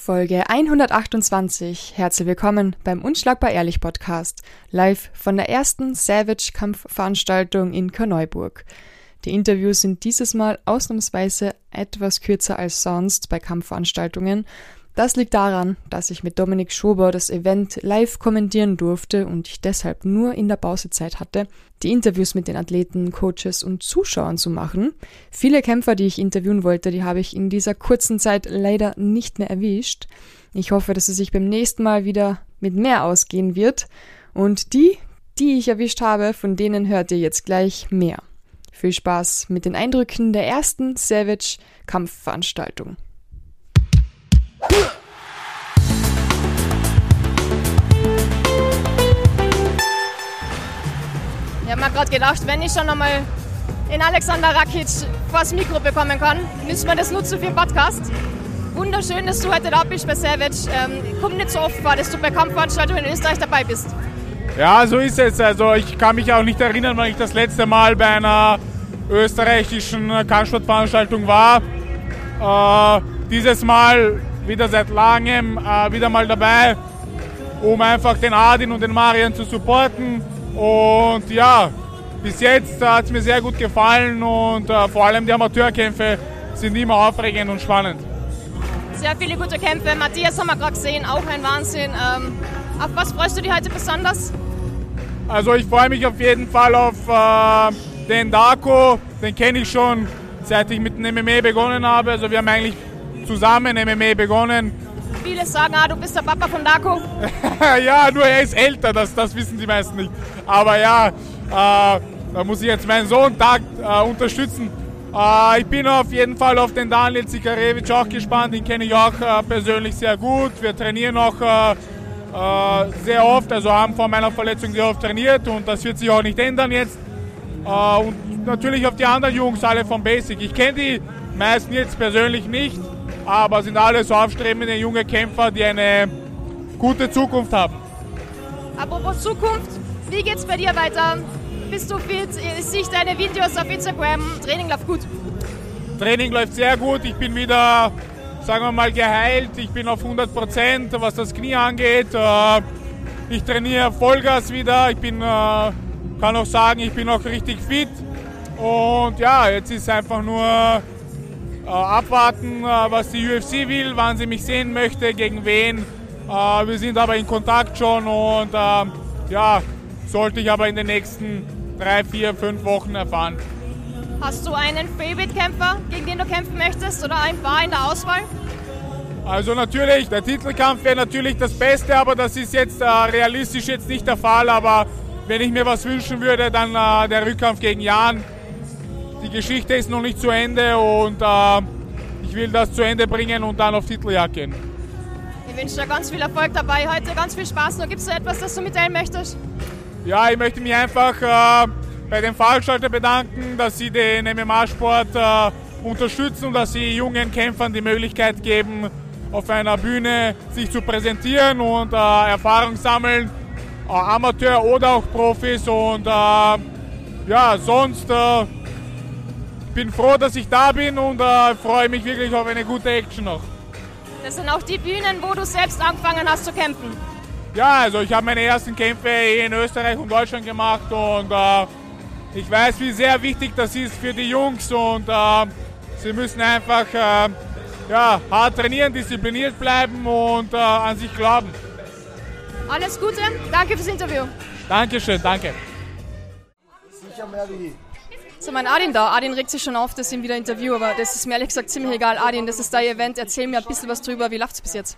Folge 128. Herzlich willkommen beim Unschlagbar Ehrlich Podcast, live von der ersten Savage-Kampfveranstaltung in Korneuburg. Die Interviews sind dieses Mal ausnahmsweise etwas kürzer als sonst bei Kampfveranstaltungen. Das liegt daran, dass ich mit Dominik Schober das Event live kommentieren durfte und ich deshalb nur in der Pausezeit hatte, die Interviews mit den Athleten, Coaches und Zuschauern zu machen. Viele Kämpfer, die ich interviewen wollte, die habe ich in dieser kurzen Zeit leider nicht mehr erwischt. Ich hoffe, dass es sich beim nächsten Mal wieder mit mehr ausgehen wird. Und die ich erwischt habe, von denen hört ihr jetzt gleich mehr. Viel Spaß mit den Eindrücken der ersten Savage-Kampfveranstaltung. Ich habe mir gerade gedacht, wenn ich schon einmal in Alexander Rakic vors Mikro bekommen kann, müssen wir das nutzen für den Podcast. Wunderschön, dass du heute da bist bei Savage. Kommt nicht so oft vor, dass du bei Kampfveranstaltungen in Österreich dabei bist. Ja, so ist es. Also ich kann mich auch nicht erinnern, wann ich das letzte Mal bei einer österreichischen Kampfsportveranstaltung war. Dieses Mal wieder seit langem wieder mal dabei, um einfach den Adin und den Marian zu supporten. Und ja, bis jetzt hat es mir sehr gut gefallen und vor allem die Amateurkämpfe sind immer aufregend und spannend. Sehr viele gute Kämpfe. Matthias haben wir gerade gesehen, auch ein Wahnsinn. Auf was freust du dich heute besonders? Also ich freue mich auf jeden Fall auf den Darko. Den kenne ich schon, seit ich mit dem MMA begonnen habe. Also wir haben eigentlich zusammen MMA begonnen. Viele sagen, du bist der Papa von Darko. Ja, nur er ist älter, das wissen die meisten nicht. Aber ja, da muss ich jetzt meinen Sohn unterstützen. Ich bin auf jeden Fall auf den Daniel Zikarevic auch gespannt. Den kenne ich auch persönlich sehr gut. Wir trainieren auch sehr oft, also haben vor meiner Verletzung sehr oft trainiert und das wird sich auch nicht ändern jetzt. Und natürlich auf die anderen Jungs, alle vom Basic. Ich kenne die meisten jetzt persönlich nicht, aber sind alle so aufstrebende junge Kämpfer, die eine gute Zukunft haben. Apropos Zukunft, wie geht's bei dir weiter? Bist du fit? Ich sehe deine Videos auf Instagram. Training läuft gut. Training läuft sehr gut. Ich bin wieder, sagen wir mal, geheilt. Ich bin auf 100%, was das Knie angeht. Ich trainiere Vollgas wieder. Kann auch sagen, ich bin auch richtig fit. Und ja, jetzt ist einfach nur abwarten, was die UFC will, wann sie mich sehen möchte, gegen wen. Wir sind aber in Kontakt schon und ja, sollte ich aber in den nächsten 3, 4, 5 Wochen erfahren. Hast du einen Favorite-Kämpfer, gegen den du kämpfen möchtest oder ein paar in der Auswahl? Also natürlich, der Titelkampf wäre natürlich das Beste, aber das ist jetzt realistisch jetzt nicht der Fall. Aber wenn ich mir was wünschen würde, dann der Rückkampf gegen Jan. Die Geschichte ist noch nicht zu Ende und ich will das zu Ende bringen und dann auf Titeljagd gehen. Ich wünsche dir ganz viel Erfolg dabei heute, ganz viel Spaß. Gibt es da etwas, das du mitteilen möchtest? Ja, ich möchte mich einfach bei den Veranstaltern bedanken, dass sie den MMA-Sport unterstützen und dass sie jungen Kämpfern die Möglichkeit geben, auf einer Bühne sich zu präsentieren und Erfahrung sammeln, Amateur oder auch Profis. Und ja, sonst bin froh, dass ich da bin und freue mich wirklich auf eine gute Action noch. Das sind auch die Bühnen, wo du selbst angefangen hast zu kämpfen. Ja, also ich habe meine ersten Kämpfe in Österreich und Deutschland gemacht und ich weiß, wie sehr wichtig das ist für die Jungs und sie müssen einfach hart trainieren, diszipliniert bleiben und an sich glauben. Alles Gute, danke fürs Interview. Dankeschön, danke. So, mein Adin da. Adin regt sich schon auf, dass ich ihn wieder interview, aber das ist mir ehrlich gesagt ziemlich egal. Adin, das ist dein Event, erzähl mir ein bisschen was drüber. Wie läuft's bis jetzt?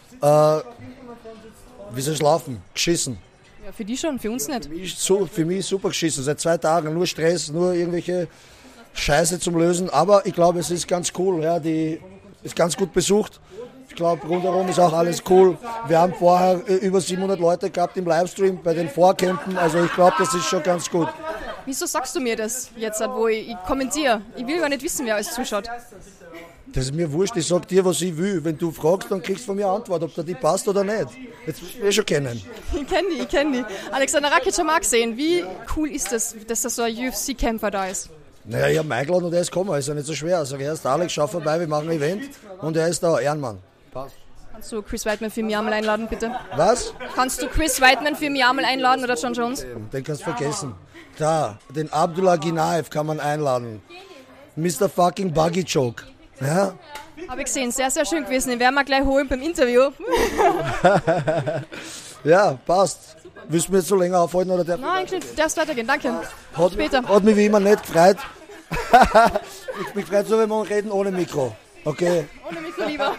Wie soll es laufen? Geschissen. Ja, für die schon, für uns nicht. Für mich super geschissen. Seit 2 Tagen nur Stress, nur irgendwelche Scheiße zum Lösen. Aber ich glaube, es ist ganz cool. Ja, die ist ganz gut besucht. Ich glaube, rundherum ist auch alles cool. Wir haben vorher über 700 Leute gehabt im Livestream bei den Vorkämpfen. Also ich glaube, das ist schon ganz gut. Wieso sagst du mir das jetzt, wo ich kommentiere? Ich will gar nicht wissen, wer alles zuschaut. Das ist mir wurscht, ich sag dir, was ich will. Wenn du fragst, dann kriegst du von mir eine Antwort, ob dir die passt oder nicht. Jetzt wirst du schon kennen. Ich kenn die. Alexander Rakic haben wir gesehen. Wie cool ist das, dass da so ein UFC-Kämpfer da ist? Naja, ich habe ihn eingeladen und er ist gekommen, ist ja nicht so schwer. Also er ist Alex, schau vorbei, wir machen ein Event und er ist da, Ehrenmann. Passt. Kannst du Chris Weidman für mich einmal einladen, bitte? Was? Kannst du Chris Weidman für mich einmal einladen oder John Jones? Den kannst du vergessen. Da, den Abdullah Ginaev kann man einladen. Mr. fucking Buggy Joke. Ja? Habe ich gesehen, sehr, sehr schön gewesen. Den werden wir gleich holen beim Interview. Ja, passt. Willst du mich jetzt so länger aufhalten oder der? Nein, du darfst weitergehen, danke. Später. Hat mich wie immer nicht gefreut. Mich freut so, wenn wir reden ohne Mikro. Okay. Ohne Mikro lieber.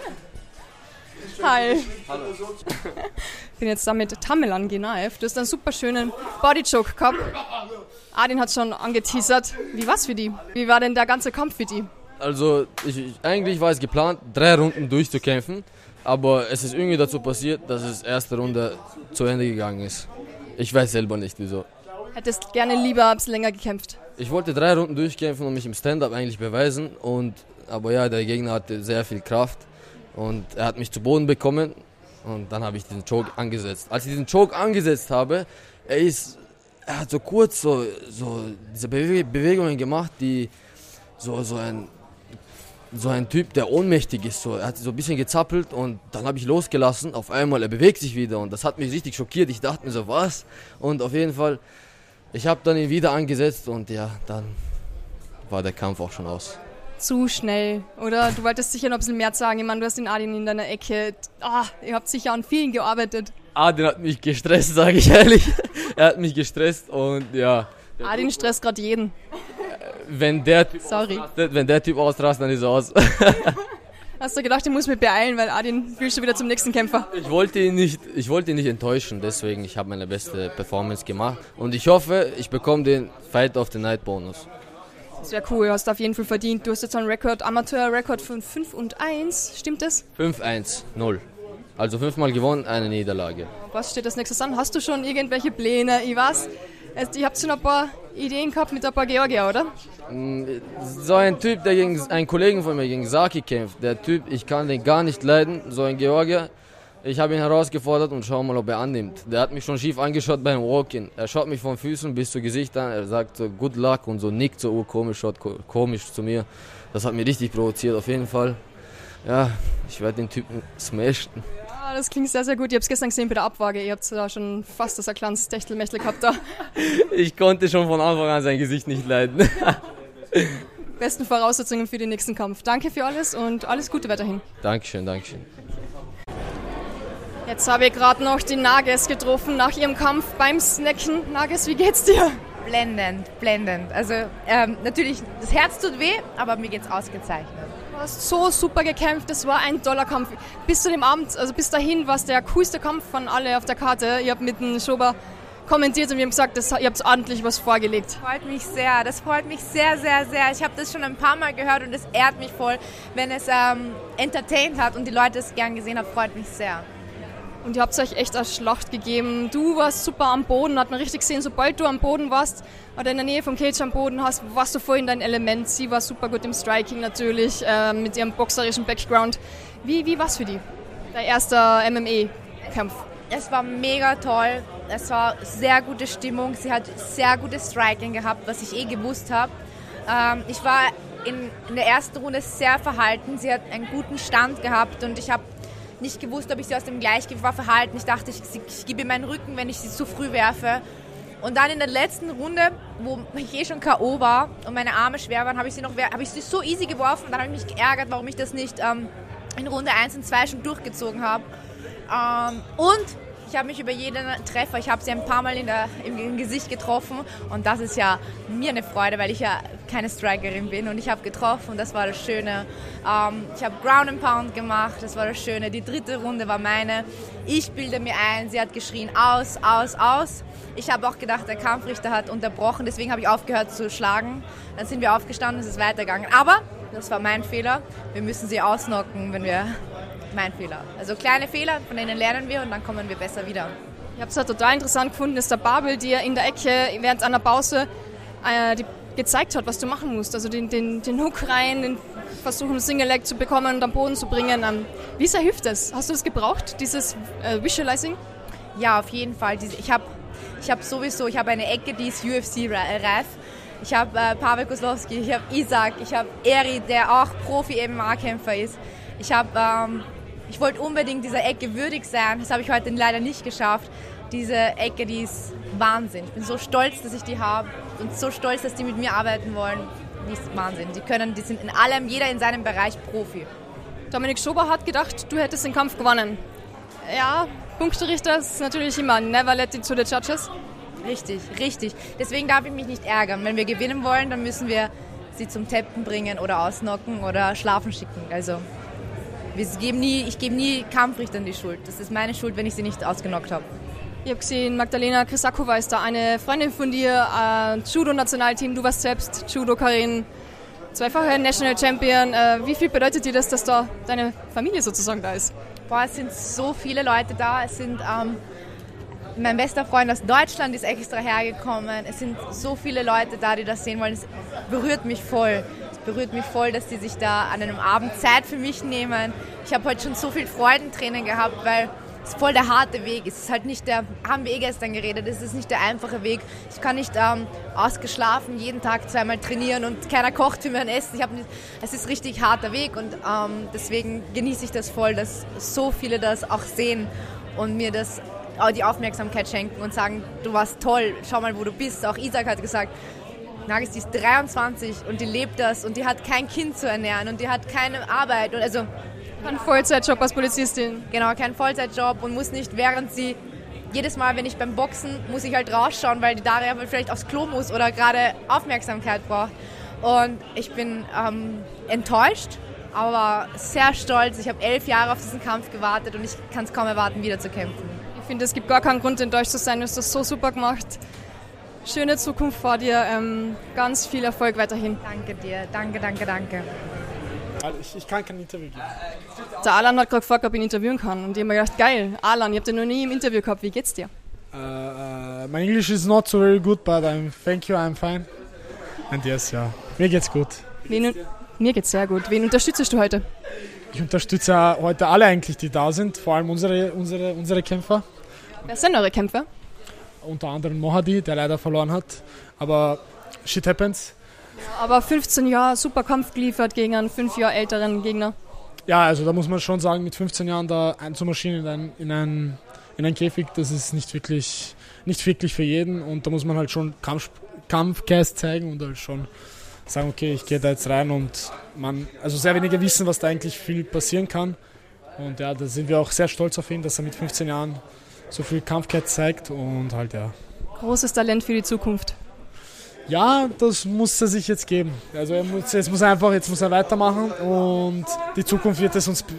Hi. Hallo. Ich bin jetzt da mit Tamerlan Ginaev. Du hast einen super schönen Bodychoke gehabt. Adin hat schon angeteasert. Wie war's für die? Wie war denn der ganze Kampf für die? Also eigentlich war es geplant, 3 Runden durchzukämpfen. Aber es ist irgendwie dazu passiert, dass es erste Runde zu Ende gegangen ist. Ich weiß selber nicht wieso. Hättest gerne lieber ein bisschen länger gekämpft? Ich wollte 3 Runden durchkämpfen und mich im Stand-Up eigentlich beweisen. Aber ja, der Gegner hatte sehr viel Kraft. Und er hat mich zu Boden bekommen und dann habe ich diesen Choke angesetzt. Als ich diesen Choke angesetzt habe, er hat so kurz so diese Bewegungen gemacht, die so ein Typ, der ohnmächtig ist. Er hat so ein bisschen gezappelt und dann habe ich losgelassen. Auf einmal, er bewegt sich wieder und das hat mich richtig schockiert. Ich dachte mir so, was? Und auf jeden Fall, ich habe dann ihn wieder angesetzt und ja, dann war der Kampf auch schon aus. Zu schnell, oder? Du wolltest sicher noch ein bisschen mehr sagen. Ich meine, du hast den Adin in deiner Ecke. Ihr habt sicher an vielen gearbeitet. Adin hat mich gestresst, sage ich ehrlich. Er hat mich gestresst und ja. Adin stresst gerade jeden. Wenn der Typ ausrastet, dann ist er aus. Hast du gedacht, ich muss mich beeilen, weil Adin will schon wieder zum nächsten Kämpfer? Ich wollte ihn nicht enttäuschen, deswegen ich habe meine beste Performance gemacht. Und ich hoffe, ich bekomme den Fight of the Night Bonus. Das wäre cool, hast du auf jeden Fall verdient. Du hast jetzt einen Amateur-Rekord von 5-1, stimmt das? 5-1-0. Also 5-mal gewonnen, eine Niederlage. Was steht als nächstes an? Hast du schon irgendwelche Pläne? Ich weiß, ihr habt schon ein paar Ideen gehabt mit ein paar Georgier, oder? So ein Typ, der gegen einen Kollegen von mir, gegen Saki kämpft. Der Typ, ich kann den gar nicht leiden, so ein Georgier. Ich habe ihn herausgefordert und schau mal, ob er annimmt. Der hat mich schon schief angeschaut beim Walk-In. Er schaut mich von Füßen bis zu Gesicht an. Er sagt so good luck und so nickt so urkomisch, schaut komisch zu mir. Das hat mich richtig provoziert, auf jeden Fall. Ja, ich werde den Typen smashen. Ja, das klingt sehr, sehr gut. Ich habe es gestern gesehen bei der Abwaage. Ihr habt da schon fast das ein kleines Techtelmechtel gehabt da. Ich konnte schon von Anfang an sein Gesicht nicht leiden. Besten Voraussetzungen für den nächsten Kampf. Danke für alles und alles Gute weiterhin. Dankeschön, Dankeschön. Jetzt habe ich gerade noch die Nages getroffen nach ihrem Kampf beim Snacken. Nages, wie geht's dir? Blendend. Also natürlich, das Herz tut weh, aber mir geht's ausgezeichnet. Du hast so super gekämpft, das war ein toller Kampf. Bis zu dem Abend, also bis dahin war es der coolste Kampf von alle auf der Karte. Ich habe mit dem Schober kommentiert und wir haben gesagt, ihr habt ordentlich was vorgelegt. Das freut mich sehr, sehr, sehr, sehr. Ich habe das schon ein paar Mal gehört und es ehrt mich voll, wenn es entertained hat und die Leute es gern gesehen haben, freut mich sehr. Und ihr habt euch echt eine Schlacht gegeben. Du warst super am Boden, hat man richtig gesehen, sobald du am Boden warst oder in der Nähe vom Cage am Boden warst du voll in dein Element. Sie war super gut im Striking natürlich, mit ihrem boxerischen Background. Wie war es für die? Der erste MMA-Kampf? Es war mega toll, es war sehr gute Stimmung, sie hat sehr gutes Striking gehabt, was ich gewusst habe. Ich war in der ersten Runde sehr verhalten, sie hat einen guten Stand gehabt und ich habe nicht gewusst, ob ich sie aus dem Gleichgewicht war verhalten. Ich dachte, ich gebe ihr meinen Rücken, wenn ich sie zu früh werfe. Und dann in der letzten Runde, wo ich schon K.O. war und meine Arme schwer waren, habe ich sie so easy geworfen. Dann habe ich mich geärgert, warum ich das nicht in Runde 1 und 2 schon durchgezogen habe. Und ich habe mich über jeden Treffer, ich habe sie ein paar Mal im Gesicht getroffen und das ist ja mir eine Freude, weil ich ja keine Strikerin bin und ich habe getroffen und das war das Schöne. Ich habe Ground and Pound gemacht, das war das Schöne. Die dritte Runde war meine. Ich bilde mir ein, sie hat geschrien aus. Ich habe auch gedacht, der Kampfrichter hat unterbrochen, deswegen habe ich aufgehört zu schlagen. Dann sind wir aufgestanden, es ist weitergegangen. Aber das war mein Fehler, wir müssen sie ausknocken, mein Fehler. Also kleine Fehler, von denen lernen wir und dann kommen wir besser wieder. Ich habe es total interessant gefunden, dass der Babel dir in der Ecke während einer Pause gezeigt hat, was du machen musst. Also den Hook rein, den versuchen Single Leg zu bekommen und am Boden zu bringen. Wie sehr hilft das? Hast du das gebraucht, dieses Visualizing? Ja, auf jeden Fall. Ich habe eine Ecke, die ist UFC-reif. Ich habe Pavel Kozlowski, ich habe Isaac, ich habe Eri, der auch Profi-MMA-Kämpfer ist. Ich habe ich wollte unbedingt dieser Ecke würdig sein. Das habe ich heute leider nicht geschafft. Diese Ecke, die ist Wahnsinn. Ich bin so stolz, dass ich die habe und so stolz, dass die mit mir arbeiten wollen. Die ist Wahnsinn. Die sind in allem, jeder in seinem Bereich Profi. Dominik Schober hat gedacht, du hättest den Kampf gewonnen. Ja, Punkterichter ist natürlich immer never let it to the judges. Richtig. Deswegen darf ich mich nicht ärgern. Wenn wir gewinnen wollen, dann müssen wir sie zum Tappen bringen oder ausnocken oder schlafen schicken. Also ich gebe nie Kampfrichtern die Schuld. Das ist meine Schuld, wenn ich sie nicht ausgenockt habe. Ich habe gesehen, Magdalena Krisakova ist da eine Freundin von dir, Judo-Nationalteam, du warst selbst Judokarin, zweifache National Champion. Wie viel bedeutet dir das, dass da deine Familie sozusagen da ist? Boah, es sind so viele Leute da. Es sind mein bester Freund aus Deutschland ist extra hergekommen. Es sind so viele Leute da, die das sehen wollen. Es berührt mich voll. Dass die sich da an einem Abend Zeit für mich nehmen. Ich habe heute schon so viel Freudentränen gehabt, weil es voll der harte Weg ist. Es ist halt nicht haben wir gestern geredet, es ist nicht der einfache Weg. Ich kann nicht ausgeschlafen jeden Tag 2-mal trainieren und keiner kocht für mein Essen. Es ist richtig harter Weg und deswegen genieße ich das voll, dass so viele das auch sehen und mir die Aufmerksamkeit schenken und sagen, du warst toll, schau mal, wo du bist. Auch Isaac hat gesagt, Nagis, die ist 23 und die lebt das und die hat kein Kind zu ernähren und die hat keine Arbeit. Und also kein Vollzeitjob als Polizistin. Genau, kein Vollzeitjob und muss nicht, jedes Mal, wenn ich beim Boxen, muss ich halt rausschauen, weil die Daria vielleicht aufs Klo muss oder gerade Aufmerksamkeit braucht. Und ich bin enttäuscht, aber sehr stolz. Ich habe 11 Jahre auf diesen Kampf gewartet und ich kann es kaum erwarten, wieder zu kämpfen. Ich finde, es gibt gar keinen Grund, enttäuscht zu sein. Du hast das so super gemacht. Schöne Zukunft vor dir. Ganz viel Erfolg weiterhin. Danke dir. Danke. Ich kann kein Interview geben. Der Alan hat gerade gefragt, ob ich ihn interviewen kann. Und ich habe mir gedacht, geil, Alan, ich habe den noch nie im Interview gehabt. Wie geht's dir? My English is not so very good, but thank you, I'm fine. And yes, ja, mir geht's gut. Mir geht's sehr gut. Wen unterstützt du heute? Ich unterstütze heute alle eigentlich, die da sind, vor allem unsere Kämpfer. Wer sind eure Kämpfer? Unter anderem Mohadi, der leider verloren hat, aber shit happens. Aber 15 Jahre super Kampf geliefert gegen einen 5 Jahre älteren Gegner. Ja, also da muss man schon sagen, mit 15 Jahren da einzumarschieren in einen Käfig, das ist nicht wirklich für jeden und da muss man halt schon Kampfgeist zeigen und halt schon sagen, okay, ich gehe da jetzt rein und also sehr wenige wissen, was da eigentlich viel passieren kann und ja, da sind wir auch sehr stolz auf ihn, dass er mit 15 Jahren so viel Kampfgeist zeigt und halt ja. Großes Talent für die Zukunft. Ja, das muss er sich jetzt geben. Also jetzt muss er weitermachen und die Zukunft wird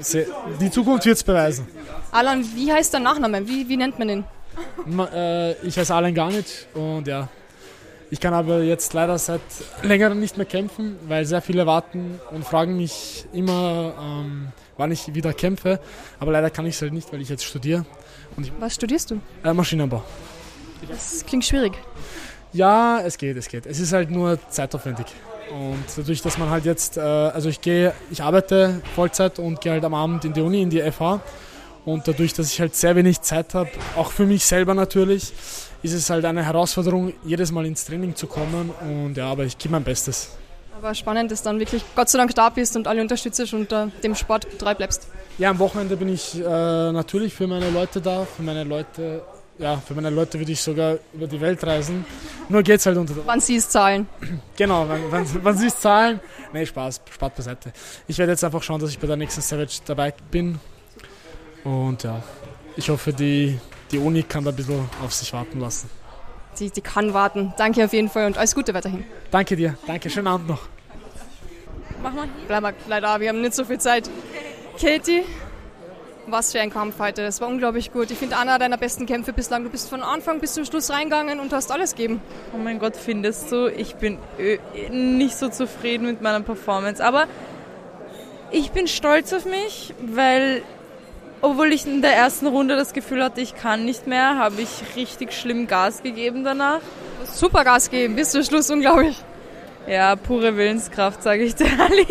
es beweisen. Alan, wie heißt der Nachname? Wie nennt man den? Ich heiße Alan Garnitsch und ja, ich kann aber jetzt leider seit längerem nicht mehr kämpfen, weil sehr viele warten und fragen mich immer, wann ich wieder kämpfe. Aber leider kann ich es halt nicht, weil ich jetzt studiere. Was studierst du? Maschinenbau. Das klingt schwierig. Ja, es geht. Es ist halt nur zeitaufwendig. Und dadurch, dass man halt jetzt, ich arbeite Vollzeit und gehe halt am Abend in die Uni, in die FH. Und dadurch, dass ich halt sehr wenig Zeit habe, auch für mich selber natürlich, ist es halt eine Herausforderung, jedes Mal ins Training zu kommen. Und ja, aber ich gebe mein Bestes. Aber spannend, dass du dann wirklich Gott sei Dank da bist und alle unterstützt und dem Sport treu bleibst. Ja, am Wochenende bin ich natürlich für meine Leute da, für meine Leute würde ich sogar über die Welt reisen. Nur geht's halt unter. Wann sie es zahlen. Genau, wann sie es zahlen. Nee, Spaß beiseite. Ich werde jetzt einfach schauen, dass ich bei der nächsten Savage dabei bin. Und ja, ich hoffe, die Uni kann da ein bisschen auf sich warten lassen. Die kann warten. Danke auf jeden Fall und alles Gute weiterhin. Danke dir. Danke, schönen Abend noch. Mach mal. Bleib mal leider, wir haben nicht so viel Zeit. Katie? Was für ein Kampf heute, das war unglaublich gut. Ich finde, einer deiner besten Kämpfe bislang. Du bist von Anfang bis zum Schluss reingegangen und hast alles gegeben. Oh mein Gott, findest du? Ich bin nicht so zufrieden mit meiner Performance. Aber ich bin stolz auf mich, weil, obwohl ich in der ersten Runde das Gefühl hatte, ich kann nicht mehr, habe ich richtig schlimm Gas gegeben danach. Du hast super Gas gegeben, bis zum Schluss unglaublich. Ja, pure Willenskraft, sage ich dir ehrlich.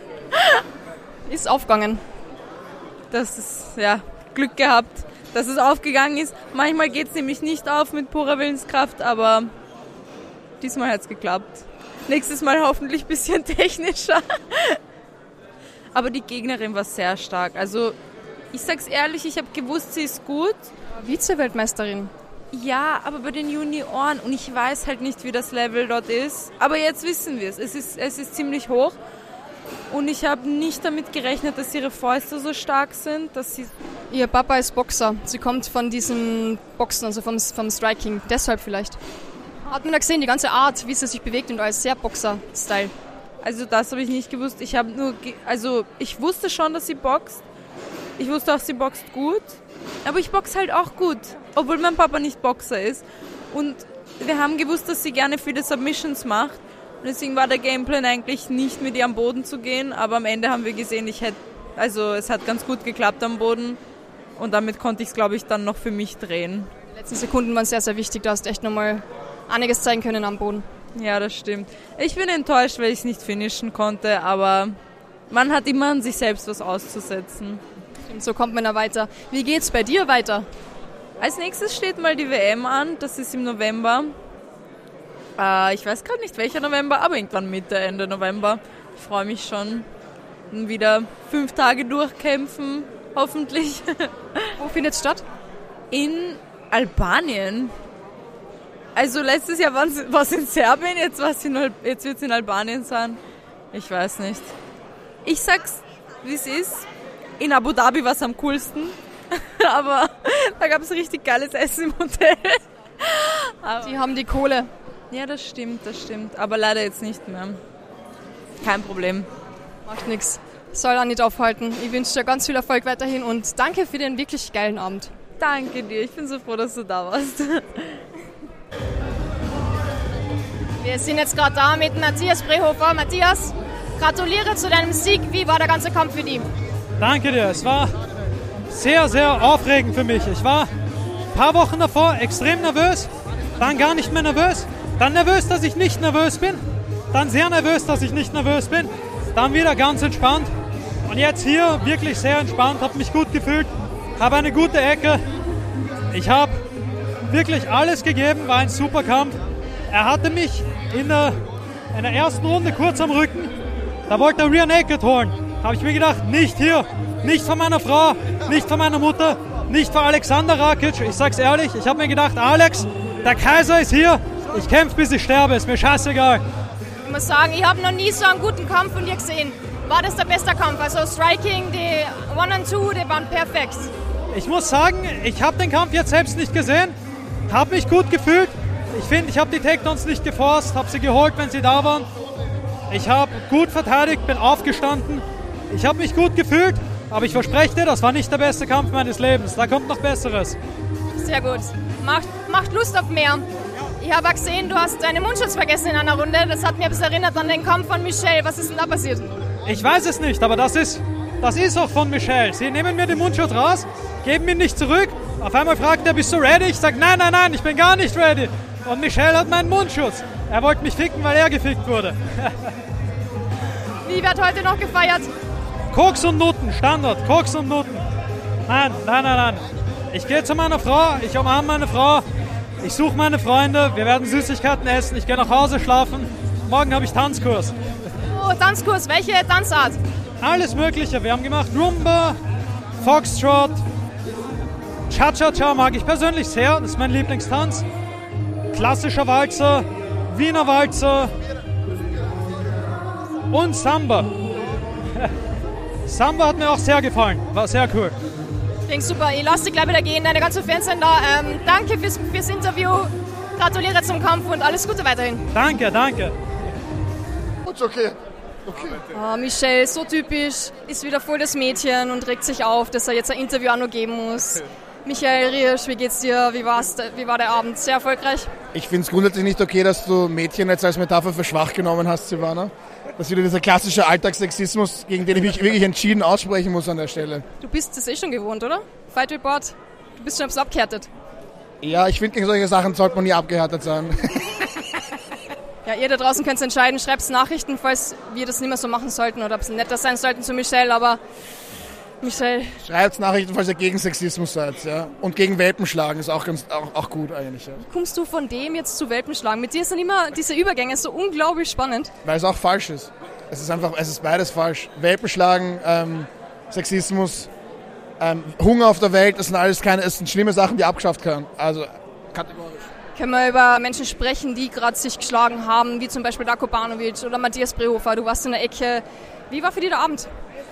Ist aufgegangen. Das ist, ja, Glück gehabt, dass es aufgegangen ist. Manchmal geht es nämlich nicht auf mit purer Willenskraft, aber diesmal hat es geklappt. Nächstes Mal hoffentlich ein bisschen technischer. Aber die Gegnerin war sehr stark. Also Ich sag's ehrlich, ich habe gewusst, sie ist gut. Vize-Weltmeisterin. Ja, aber bei den Junioren und ich weiß halt nicht, wie das Level dort ist. Aber jetzt wissen wir es. Es ist ziemlich hoch und ich habe nicht damit gerechnet, dass ihre Fäuste so stark sind, dass sie... Ihr Papa ist Boxer. Sie kommt von diesem Boxen, also vom Striking. Deshalb vielleicht. Hat man da gesehen, die ganze Art, wie sie sich bewegt und alles sehr Boxer-Style. Also das habe ich nicht gewusst. Ich wusste schon, dass sie boxt. Ich wusste auch, sie boxt gut. Aber ich boxe halt auch gut, obwohl mein Papa nicht Boxer ist. Und wir haben gewusst, dass sie gerne viele Submissions macht. Und deswegen war der Gameplan eigentlich nicht, mit ihr am Boden zu gehen. Aber am Ende haben wir gesehen, es hat ganz gut geklappt am Boden. Und damit konnte ich es, glaube ich, dann noch für mich drehen. Die letzten Sekunden waren sehr, sehr wichtig. Du hast echt nochmal einiges zeigen können am Boden. Ja, das stimmt. Ich bin enttäuscht, weil ich es nicht finishen konnte. Aber man hat immer an sich selbst was auszusetzen. So kommt man da weiter. Wie geht's bei dir weiter? Als nächstes steht mal die WM an, das ist im November. Ich weiß gerade nicht welcher November, aber irgendwann Mitte, Ende November. Ich freue mich schon. Wieder 5 Tage durchkämpfen, hoffentlich. Wo findet es statt? In Albanien. Also letztes Jahr war es in Serbien, jetzt wird es in Albanien sein. Ich weiß nicht. Ich sag's, wie es ist. In Abu Dhabi war es am coolsten, aber da gab es richtig geiles Essen im Hotel. Die haben die Kohle. Ja, das stimmt, aber leider jetzt nicht mehr. Kein Problem. Macht nichts. Soll auch nicht aufhalten. Ich wünsche dir ganz viel Erfolg weiterhin und danke für den wirklich geilen Abend. Danke dir, ich bin so froh, dass du da warst. Wir sind jetzt gerade da mit Matthias Brehofer. Matthias, gratuliere zu deinem Sieg. Wie war der ganze Kampf für dich? Danke dir. Es war sehr, sehr aufregend für mich. Ich war ein paar Wochen davor extrem nervös, dann gar nicht mehr nervös, dann nervös, dass ich nicht nervös bin, dann sehr nervös, dass ich nicht nervös bin, dann wieder ganz entspannt und jetzt hier wirklich sehr entspannt, habe mich gut gefühlt, habe eine gute Ecke. Ich habe wirklich alles gegeben, war ein super Kampf. Er hatte mich in der ersten Runde kurz am Rücken, da wollte er Rear Naked holen. Habe ich mir gedacht, nicht hier, nicht von meiner Frau, nicht von meiner Mutter, nicht von Alexander Rakic. Ich sag's ehrlich, ich habe mir gedacht, Alex, der Kaiser ist hier, ich kämpfe bis ich sterbe, ist mir scheißegal. Ich muss sagen, ich habe noch nie so einen guten Kampf von dir gesehen. War das der beste Kampf? Also Striking, die 1 und 2, die waren perfekt. Ich muss sagen, ich habe den Kampf jetzt selbst nicht gesehen, habe mich gut gefühlt. Ich finde, ich habe die Takedowns nicht geforst, habe sie geholt, wenn sie da waren. Ich habe gut verteidigt, bin aufgestanden. Ich habe mich gut gefühlt, aber ich verspreche dir, das war nicht der beste Kampf meines Lebens. Da kommt noch Besseres. Sehr gut. Macht Lust auf mehr. Ich habe auch gesehen, du hast deinen Mundschutz vergessen in einer Runde. Das hat mich ein bisschen erinnert an den Kampf von Michelle. Was ist denn da passiert? Ich weiß es nicht, aber das ist auch von Michelle. Sie nehmen mir den Mundschutz raus, geben ihn nicht zurück. Auf einmal fragt er, bist du ready? Ich sage, nein, ich bin gar nicht ready. Und Michelle hat meinen Mundschutz. Er wollte mich ficken, weil er gefickt wurde. Wie wird heute noch gefeiert? Koks und Nutten, Standard, Koks und Nutten. Nein. Ich gehe zu meiner Frau, ich umarme meine Frau, ich suche meine Freunde, wir werden Süßigkeiten essen, ich gehe nach Hause schlafen. Morgen habe ich Tanzkurs. Oh, Tanzkurs, welche Tanzart? Alles Mögliche, wir haben gemacht Rumba, Foxtrot, Cha-Cha-Cha mag ich persönlich sehr, das ist mein Lieblingstanz. Klassischer Walzer, Wiener Walzer und Samba. Samba hat mir auch sehr gefallen, war sehr cool. Klingt super, ich lasse dich gleich wieder gehen, deine ganzen Fans sind da. Danke fürs Interview, gratuliere zum Kampf und alles Gute weiterhin. Danke. Okay. Oh, Michelle, so typisch, ist wieder voll das Mädchen und regt sich auf, dass er jetzt ein Interview auch noch geben muss. Michael Riesch, wie geht's dir? Wie war der Abend? Sehr erfolgreich? Ich finde es grundsätzlich nicht okay, dass du Mädchen jetzt als Metapher für schwach genommen hast, Silvana. Das ist wieder dieser klassische Alltagssexismus, gegen den ich mich wirklich entschieden aussprechen muss an der Stelle. Du bist das schon gewohnt, oder? Fight Report, du bist schon ein bisschen abgehärtet. Ja, ich finde, gegen solche Sachen sollte man nie abgehärtet sein. Ja, ihr da draußen könnt entscheiden, schreibt Nachrichten, falls wir das nicht mehr so machen sollten oder ob es netter sein sollten zu Michelle, aber Michelle... Schreibt Nachrichten, falls ihr gegen Sexismus seid, ja. Und gegen Welpenschlagen ist auch gut eigentlich, ja. Wie kommst du von dem jetzt zu Welpenschlagen? Mit dir sind immer diese Übergänge so unglaublich spannend. Weil es auch falsch ist. Es ist beides falsch. Welpenschlagen, Sexismus, Hunger auf der Welt, das sind schlimme Sachen, die abgeschafft können. Also kategorisch. Können wir über Menschen sprechen, die gerade sich geschlagen haben, wie zum Beispiel Darko Banovic oder Matthias Brehofer. Du warst in der Ecke. Wie war für dich der Abend?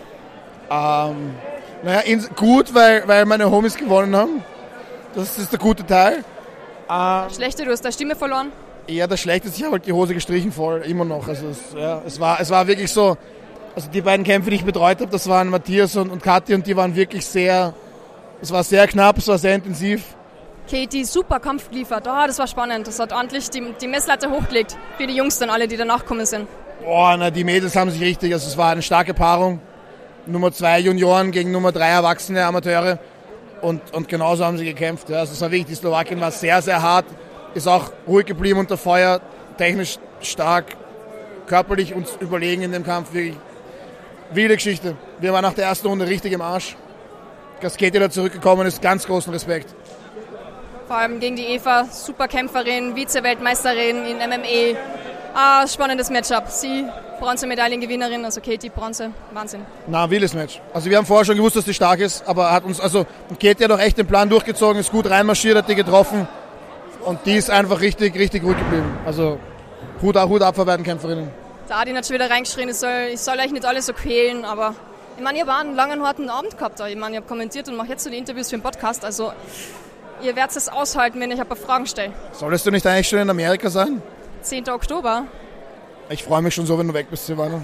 Gut, weil meine Homies gewonnen haben. Das ist der gute Teil. Schlechte, du hast deine Stimme verloren? Ja, das Schlechte ist, ich habe halt die Hose gestrichen voll, immer noch. Also es war wirklich so, also die beiden Kämpfe, die ich betreut habe, das waren Matthias und Kathi und die waren wirklich es war sehr knapp, es war sehr intensiv. Katie, super Kampf geliefert. Das war spannend. Das hat ordentlich die Messlatte hochgelegt für die Jungs dann alle, die danach gekommen sind. Die Mädels haben sich richtig, also es war eine starke Paarung. Nummer 2 Junioren gegen Nummer 3 erwachsene Amateure. Und genauso haben sie gekämpft. Ja. Also es war wirklich, die Slowakin war sehr, sehr hart, ist auch ruhig geblieben unter Feuer, technisch stark, körperlich uns überlegen in dem Kampf. Wirklich wilde Geschichte. Wir waren nach der ersten Runde richtig im Arsch. Dass Katie da zurückgekommen ist, ganz großen Respekt. Vor allem gegen die Eva, Superkämpferin, Vize-Weltmeisterin in MMA. Spannendes Matchup. Sie Bronzemedaillengewinnerin, also Katie Bronze. Wahnsinn. Wildes Match. Also wir haben vorher schon gewusst, dass sie stark ist, aber Katie hat auch echt den Plan durchgezogen, ist gut reinmarschiert, hat die getroffen und die ist einfach richtig, richtig ruhig geblieben. Also Hut ab für beiden Kämpferinnen. Der Adin hat schon wieder reingeschrien, ich soll euch nicht alle so quälen, aber ich meine, ihr habt einen langen, harten Abend gehabt. Ich meine, ihr habt kommentiert und macht jetzt so die Interviews für den Podcast, also ihr werdet es aushalten, wenn ich ein paar Fragen stelle. Solltest du nicht eigentlich schon in Amerika sein? 10. Oktober. Ich freue mich schon so, wenn du weg bist, Silvana.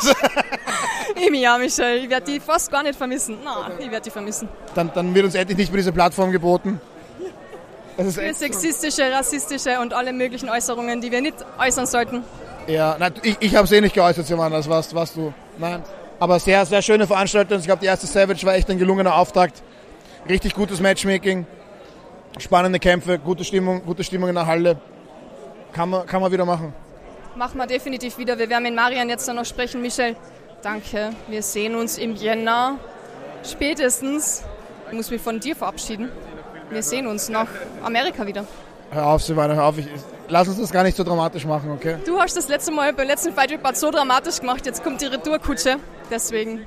Ja, Michel, ich werde die fast gar nicht vermissen. Nein, ich werde die vermissen. Dann wird uns endlich nicht mehr diese Plattform geboten. Das ist sexistische, rassistische und alle möglichen Äußerungen, die wir nicht äußern sollten. Ja, ich habe es nicht geäußert, Silvana, das warst du. Nein. Aber sehr, sehr schöne Veranstaltung. Ich glaube, die erste Savage war echt ein gelungener Auftakt. Richtig gutes Matchmaking, spannende Kämpfe, gute Stimmung in der Halle. Kann man wieder machen. Machen wir definitiv wieder. Wir werden mit Marian jetzt dann noch sprechen. Michel, danke. Wir sehen uns im Jänner. Spätestens. Ich muss mich von dir verabschieden. Wir sehen uns nach Amerika wieder. Hör auf, Silvana, hör auf. Lass uns das gar nicht so dramatisch machen, okay? Du hast das letzte Mal beim letzten Fight Report so dramatisch gemacht. Jetzt kommt die Retourkutsche. Deswegen,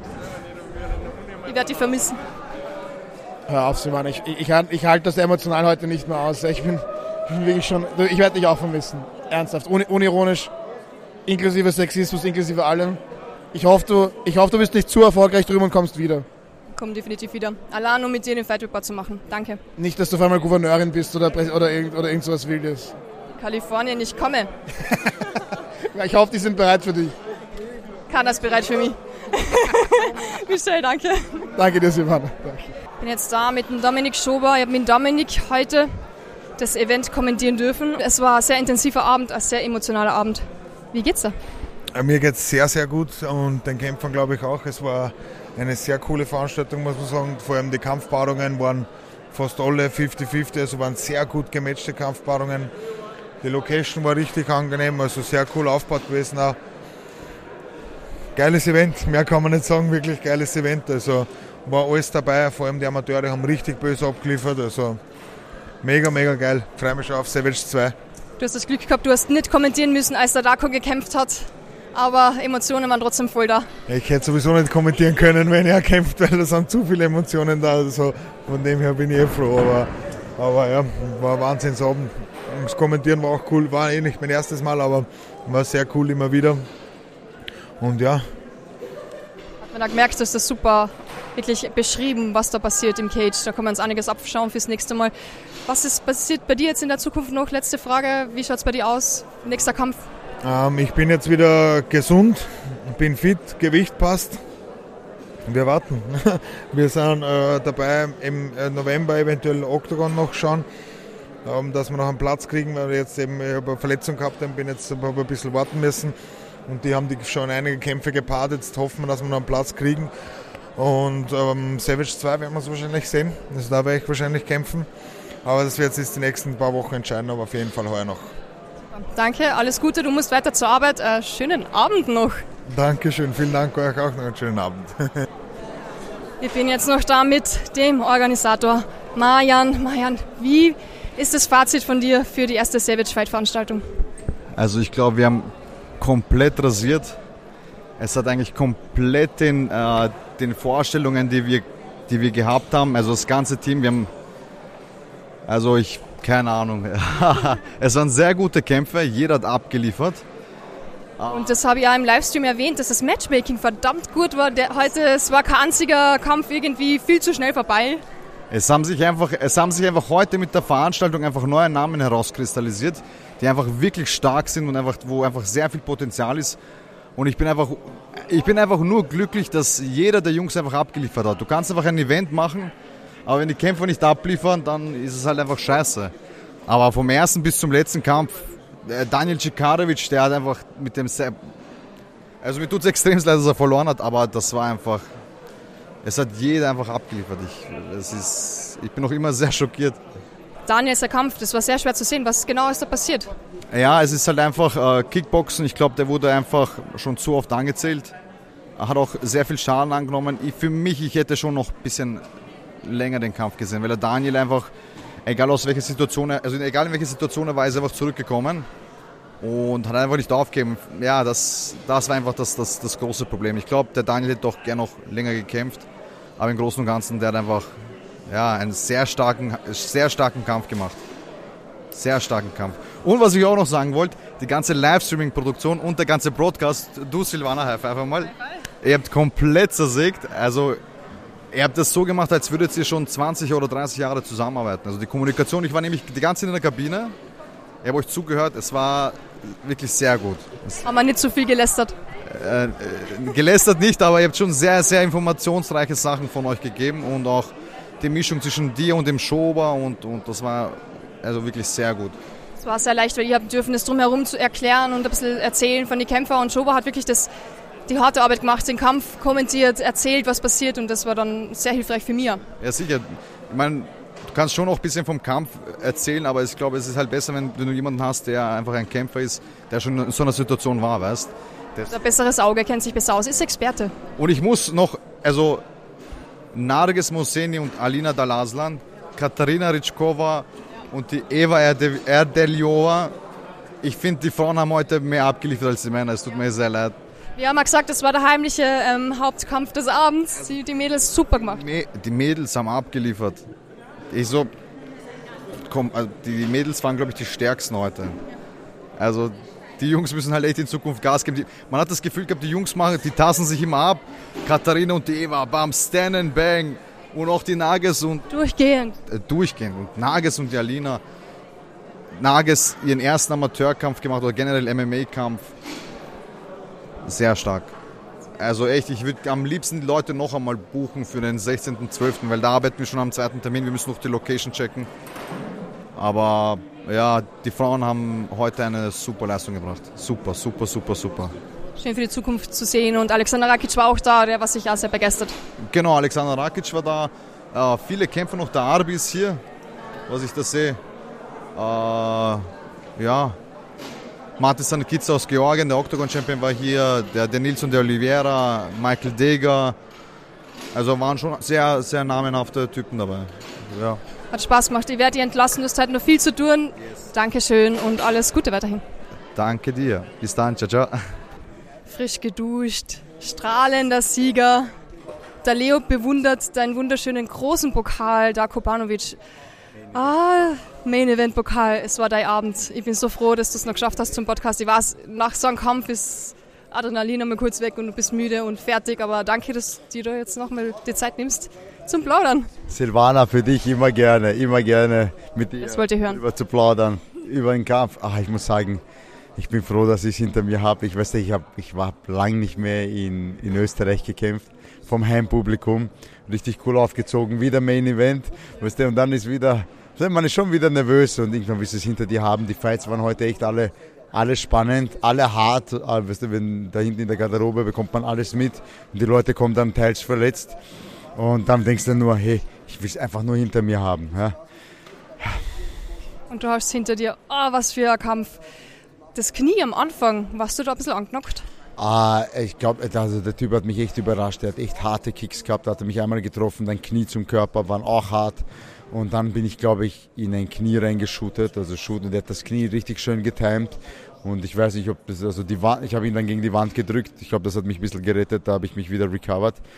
ich werde dich vermissen. Hör auf, Silvana. Ich halte das emotional heute nicht mehr aus. Ich bin wirklich schon... Ich werde dich auch vermissen. Ernsthaft, unironisch, inklusive Sexismus, inklusive allem. Ich hoffe, du bist nicht zu erfolgreich drüben und kommst wieder. Komm definitiv wieder. Allein, um mit dir den Fight Report zu machen. Danke. Nicht, dass du auf einmal Gouverneurin bist oder irgend sowas Wildes. Kalifornien, ich komme. Ja, ich hoffe, die sind bereit für dich. Kann das bereit für mich. Michel, danke. Danke dir, Silvana. Danke. Ich bin jetzt da mit dem Dominik Schober. Ich habe mit Dominik heute das Event kommentieren dürfen. Es war ein sehr intensiver Abend, ein sehr emotionaler Abend. Wie geht's da? Mir geht's sehr, sehr gut und den Kämpfern glaube ich auch. Es war eine sehr coole Veranstaltung, muss man sagen. Vor allem die Kampfpaarungen waren fast alle 50-50, also waren sehr gut gematchte Kampfpaarungen. Die Location war richtig angenehm, also sehr cool aufgebaut gewesen auch. Geiles Event, mehr kann man nicht sagen, wirklich geiles Event. Also war alles dabei, vor allem die Amateure haben richtig böse abgeliefert, also mega, mega geil. Ich freue mich schon auf Savage 2. Du hast das Glück gehabt, du hast nicht kommentieren müssen, als der Darko gekämpft hat. Aber Emotionen waren trotzdem voll da. Ich hätte sowieso nicht kommentieren können, wenn er kämpft, weil da sind zu viele Emotionen da. Also von dem her bin ich froh. Aber ja, war ein Wahnsinnsabend. Das Kommentieren war auch cool. War nicht mein erstes Mal, aber war sehr cool immer wieder. Und ja. Hat man da gemerkt, dass das super wirklich beschrieben, was da passiert im Cage. Da kann man uns einiges abschauen fürs nächste Mal. Was ist passiert bei dir jetzt in der Zukunft noch? Letzte Frage, wie schaut es bei dir aus? Nächster Kampf? Ich bin jetzt wieder gesund, bin fit, Gewicht passt. Wir warten. Wir sind dabei, im November eventuell Octagon noch schauen, dass wir noch einen Platz kriegen, weil wir jetzt eben eine Verletzung gehabt haben, habe ein bisschen warten müssen. Und die haben schon einige Kämpfe gepaart, jetzt hoffen wir, dass wir noch einen Platz kriegen. Und Savage 2 werden wir es wahrscheinlich sehen, also da werde ich wahrscheinlich kämpfen. Aber das wird jetzt die nächsten paar Wochen entscheiden, aber auf jeden Fall heuer noch. Danke, alles Gute, du musst weiter zur Arbeit. Schönen Abend noch. Dankeschön, vielen Dank euch auch noch einen schönen Abend. Ich bin jetzt noch da mit dem Organisator Marian. Marian, wie ist das Fazit von dir für die erste Savage Fight Veranstaltung? Also ich glaube, wir haben komplett rasiert. Es hat eigentlich komplett den Vorstellungen, die die wir gehabt haben, also das ganze Team, keine Ahnung. Es waren sehr gute Kämpfe, jeder hat abgeliefert. Und das habe ich ja im Livestream erwähnt, dass das Matchmaking verdammt gut war. Es war kein einziger Kampf irgendwie viel zu schnell vorbei. Es haben sich einfach heute mit der Veranstaltung einfach neue Namen herauskristallisiert, die einfach wirklich stark sind und wo einfach sehr viel Potenzial ist. Und ich bin einfach nur glücklich, dass jeder der Jungs einfach abgeliefert hat. Du kannst einfach ein Event machen, aber wenn die Kämpfer nicht abliefern, dann ist es halt einfach scheiße. Aber vom ersten bis zum letzten Kampf, Daniel Djikarevic, der hat einfach mit dem... Also mir tut es extrem leid, dass er verloren hat, aber das war einfach... Es hat jeder einfach abgeliefert. Ich bin noch immer sehr schockiert. Daniel, der Kampf, das war sehr schwer zu sehen. Was genau ist da passiert? Ja, es ist halt einfach Kickboxen. Ich glaube, der wurde einfach schon zu oft angezählt. Er hat auch sehr viel Schaden angenommen. Ich hätte schon noch ein bisschen länger den Kampf gesehen, weil der Daniel einfach, egal in welcher Situation er war, ist einfach zurückgekommen und hat einfach nicht aufgegeben. Ja, das war einfach das große Problem. Ich glaube, der Daniel hätte doch gerne noch länger gekämpft, aber im Großen und Ganzen, der hat einfach einen sehr starken Kampf gemacht. Sehr starken Kampf. Und was ich auch noch sagen wollte, die ganze Livestreaming-Produktion und der ganze Broadcast, du Silvana, High Five einmal, ihr habt komplett zersägt. Also ihr habt das so gemacht, als würdet ihr schon 20 oder 30 Jahre zusammenarbeiten. Also die Kommunikation, ich war nämlich die ganze Zeit in der Kabine, ich habe euch zugehört, es war wirklich sehr gut. Haben wir nicht so viel gelästert? Gelästert nicht, aber ihr habt schon sehr, sehr informationsreiche Sachen von euch gegeben und auch die Mischung zwischen dir und dem Schober und das war also wirklich sehr gut. Es war sehr leicht, weil ihr habt dürfen, das drumherum zu erklären und ein bisschen erzählen von den Kämpfern und Schober hat wirklich die harte Arbeit gemacht, den Kampf kommentiert, erzählt, was passiert und das war dann sehr hilfreich für mich. Ja, sicher. Ich meine, du kannst schon noch ein bisschen vom Kampf erzählen, aber ich glaube, es ist halt besser, wenn du jemanden hast, der einfach ein Kämpfer ist, der schon in so einer Situation war, weißt du? Ein besseres Auge, kennt sich besser aus, ist Experte. Und ich muss noch, Narges Moseni und Alina Dalaslan, Katarina Ritschkova und die Eva Erdelyova, ich finde, die Frauen haben heute mehr abgeliefert als die Männer, es tut mir sehr leid. Wir haben ja gesagt, das war der heimliche Hauptkampf des Abends. Die Mädels super gemacht. Die Mädels haben abgeliefert. Die Mädels waren, glaube ich, die stärksten heute. Also die Jungs müssen halt echt in Zukunft Gas geben. Man hat das Gefühl gehabt, die Jungs die tassen sich immer ab. Katharina und die Eva, bam, stand and bang. Und auch die Nages und... Durchgehend. Und Nages und die Alina. Nages ihren ersten Amateurkampf gemacht oder generell MMA-Kampf. Sehr stark. Also echt, ich würde am liebsten die Leute noch einmal buchen für den 16.12., weil da arbeiten wir schon am zweiten Termin. Wir müssen noch die Location checken. Aber ja, die Frauen haben heute eine super Leistung gebracht. Super, super, super, super. Schön für die Zukunft zu sehen und Alexander Rakic war auch da, der war sich auch sehr begeistert. Genau, Alexander Rakic war da. Viele Kämpfer noch, der Arbi ist hier, was ich da sehe. Matis Sanikidze aus Georgien, der Octagon-Champion war hier, der Nilsson de Oliveira, Michael Deger. Also waren schon sehr, sehr namenhafte Typen dabei. Ja. Hat Spaß gemacht. Ich werde dich entlassen, du hast heute noch viel zu tun. Yes. Dankeschön und alles Gute weiterhin. Danke dir. Bis dann, ciao, ciao. Frisch geduscht, strahlender Sieger. Der Leo bewundert deinen wunderschönen großen Pokal, Darko Banovic. Main Event Pokal, es war dein Abend. Ich bin so froh, dass du es noch geschafft hast zum Podcast. Ich weiß, nach so einem Kampf ist Adrenalin nochmal kurz weg und du bist müde und fertig, aber danke, dass du dir jetzt nochmal die Zeit nimmst zum Plaudern. Silvana, für dich immer gerne mit dir über zu plaudern, über den Kampf. Ich muss sagen, ich bin froh, dass ich es hinter mir habe. Ich weiß nicht, ich war lange nicht mehr in Österreich gekämpft, vom Heimpublikum, richtig cool aufgezogen, wieder Main Event, weißt du, und dann ist man ist schon wieder nervös und irgendwann willst du es hinter dir haben. Die Fights waren heute echt alle spannend, alle hart. Weißt du, wenn da hinten in der Garderobe bekommt man alles mit und die Leute kommen dann teils verletzt und dann denkst du nur, hey, ich will es einfach nur hinter mir haben. Ja. Und du hast hinter dir, was für ein Kampf. Das Knie am Anfang, warst du da ein bisschen angenockt? Ich glaube, also der Typ hat mich echt überrascht. Er hat echt harte Kicks gehabt, hat mich einmal getroffen, dein Knie zum Körper waren auch hart. Und dann bin ich, glaube ich, in ein Knie reingeschootet. Und er hat das Knie richtig schön getimed. Und ich weiß nicht, ob das, ich habe ihn dann gegen die Wand gedrückt. Ich glaube, das hat mich ein bisschen gerettet, da habe ich mich wieder recovered.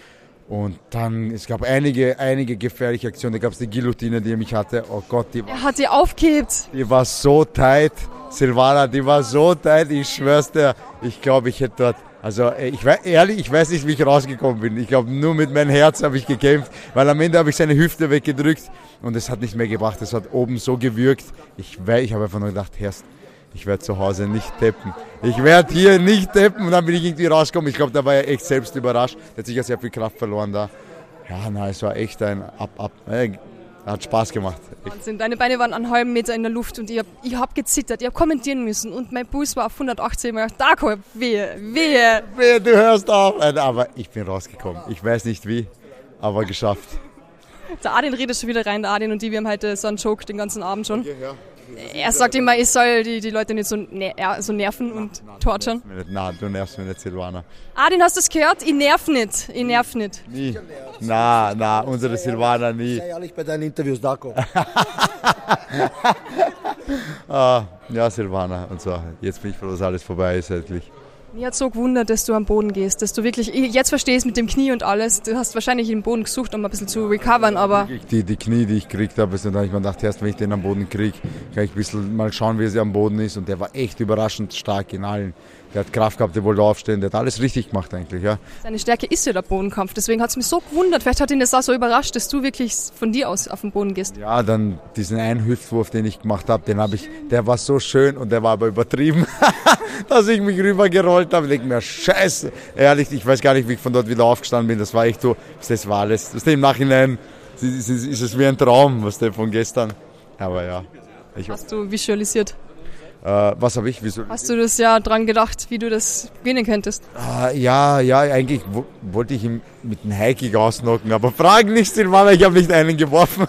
Und dann, es gab einige gefährliche Aktionen. Da gab es die Guillotine, die mich hatte. Oh Gott, Er hat sie aufgehebt. Die war so tight. Silvana, die war so tight. Ich schwör's dir. Ich glaube, ich hätte dort... Also ich weiß nicht, wie ich rausgekommen bin. Ich glaube, nur mit meinem Herz habe ich gekämpft. Weil am Ende habe ich seine Hüfte weggedrückt. Und es hat nicht mehr gebracht. Es hat oben so gewürgt. Ich habe einfach nur gedacht, Herrst, ich werde zu Hause nicht tappen. Ich werde hier nicht tappen. Und dann bin ich irgendwie rausgekommen. Ich glaube, da war er echt selbst überrascht. Er hat sicher sehr viel Kraft verloren da. Ja, na, es war echt ein hat Spaß gemacht. Wahnsinn, deine Beine waren einen halben Meter in der Luft und ich hab gezittert, ich habe kommentieren müssen und mein Puls war auf 180. Ich dachte, Darko, wehe. Du hörst auf. Aber ich bin rausgekommen. Ich weiß nicht wie, aber geschafft. Der Adin redet schon wieder rein, der Adin und wir haben heute so einen Joke den ganzen Abend schon. Okay, ja. Er sagt immer, ich soll die Leute nicht so nerven und torturen. Nein, du nervst mich nicht, Silvana. Adin, hast du das gehört? Ich nerv nicht. Nie. Na, unsere Silvana nie. Sei ehrlich bei deinen Interviews, Darko. Ja, Silvana. Und so, jetzt bin ich froh, dass alles vorbei ist endlich. Mir hat so gewundert, dass du am Boden gehst, dass du wirklich, jetzt verstehst mit dem Knie und alles, du hast wahrscheinlich den Boden gesucht, um ein bisschen zu recovern, aber... Die Knie, die ich gekriegt habe, da habe ich mir gedacht, erst wenn ich den am Boden kriege, kann ich ein bisschen mal schauen, wie er am Boden ist. Und der war echt überraschend stark in allen. Der hat Kraft gehabt, der wollte aufstehen, der hat alles richtig gemacht eigentlich, ja. Seine Stärke ist ja der Bodenkampf, deswegen hat es mich so gewundert. Vielleicht hat ihn das auch so überrascht, dass du wirklich von dir aus auf den Boden gehst. Ja, dann diesen einen Hüftwurf, den ich gemacht habe, der war so schön und der war aber übertrieben, dass ich mich rübergerollt habe. Ich denke mir, scheiße, ehrlich, ich weiß gar nicht, wie ich von dort wieder aufgestanden bin. Das war echt so, das war alles. Im Nachhinein ist es wie ein Traum, was der von gestern. Aber ja. Hast du visualisiert? Was habe ich visualisiert? Hast du das ja dran gedacht, wie du das gewinnen könntest? Ja, eigentlich wollte ich ihn mit einem Highkick ausnocken, aber frag nicht, Silvana, ich habe nicht einen geworfen.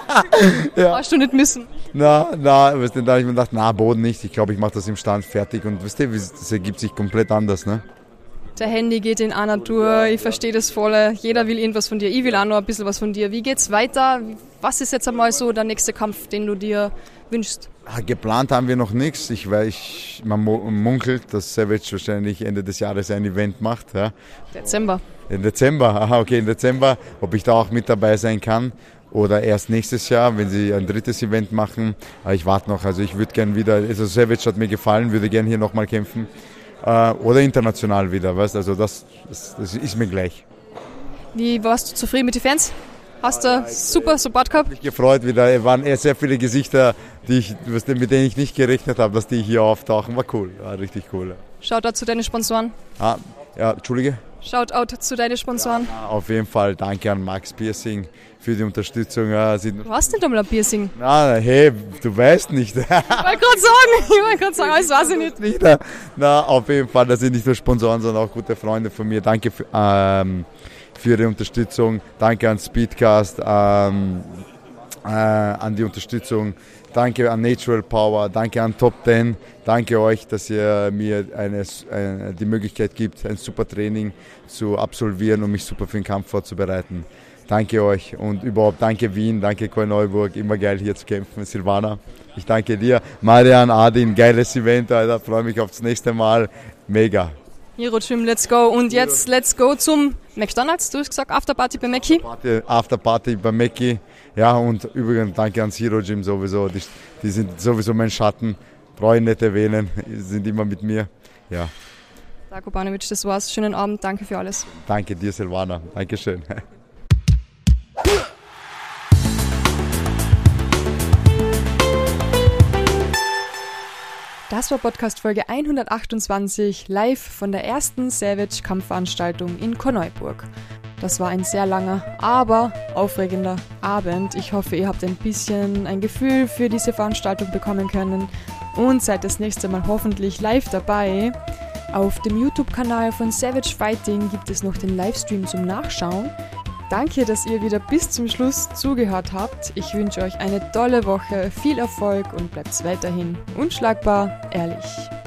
Ja. Hast du nicht müssen? Na, da habe ich mir gedacht, Boden nicht. Ich glaube, ich mache das im Stand fertig und weißt du, das ergibt sich komplett anders, ne? Der Handy geht in einer durch, ich verstehe das voll. Jeder will irgendwas von dir, ich will auch noch ein bisschen was von dir. Wie geht's weiter? Was ist jetzt einmal so der nächste Kampf, den du dir wünschst? Geplant haben wir noch nichts. Man munkelt, dass Savage wahrscheinlich Ende des Jahres ein Event macht. Ja. Dezember. In Dezember. Ob ich da auch mit dabei sein kann oder erst nächstes Jahr, wenn sie ein drittes Event machen. Aber ich warte noch. Also ich würde gerne wieder, also Savage hat mir gefallen, würde gerne hier nochmal kämpfen. Oder international wieder, weißt du, also das ist mir gleich. Wie warst du zufrieden mit den Fans? Hast du super Support gehabt? Ich mich gefreut wieder, es waren sehr viele Gesichter, mit denen ich nicht gerechnet habe, dass die hier auftauchen, war cool, war richtig cool. Shoutout zu deinen Sponsoren. Ja, Entschuldige? Shoutout zu deinen Sponsoren. Ja, auf jeden Fall, danke an Max Piercing für die Unterstützung. Ja, du hast nicht einmal ein Piercing. Hey, du weißt nicht. Ich wollte gerade sagen, das weiß ich nicht. Auf jeden Fall, das sind nicht nur Sponsoren, sondern auch gute Freunde von mir. Danke für Ihre Unterstützung. Danke an Speedcast, an die Unterstützung. Danke an Natural Power, danke an Top 10. Danke euch, dass ihr mir die Möglichkeit gibt, ein super Training zu absolvieren und mich super für den Kampf vorzubereiten. Danke euch und überhaupt danke Wien, danke Korneuburg, immer geil hier zu kämpfen. Silvana, ich danke dir. Marian, Adin, geiles Event, Alter, freue mich aufs nächste Mal. Mega. Hero Gym, let's go. Und jetzt let's go zum McDonald's, du hast gesagt, Afterparty bei Mackie. Afterparty bei Mackie. Ja, und übrigens danke ans Hero Gym sowieso. Die sind sowieso mein Schatten. Brauche ich nicht erwähnen, sind immer mit mir. Ja. Darko Banovic, das war's. Schönen Abend, danke für alles. Danke dir, Silvana. Dankeschön. Das war Podcast Folge 128, live von der ersten Savage-Kampfveranstaltung in Korneuburg. Das war ein sehr langer, aber aufregender Abend. Ich hoffe, ihr habt ein bisschen ein Gefühl für diese Veranstaltung bekommen können und seid das nächste Mal hoffentlich live dabei. Auf dem YouTube-Kanal von Savage Fighting gibt es noch den Livestream zum Nachschauen. Danke, dass ihr wieder bis zum Schluss zugehört habt. Ich wünsche euch eine tolle Woche, viel Erfolg und bleibt weiterhin unschlagbar ehrlich.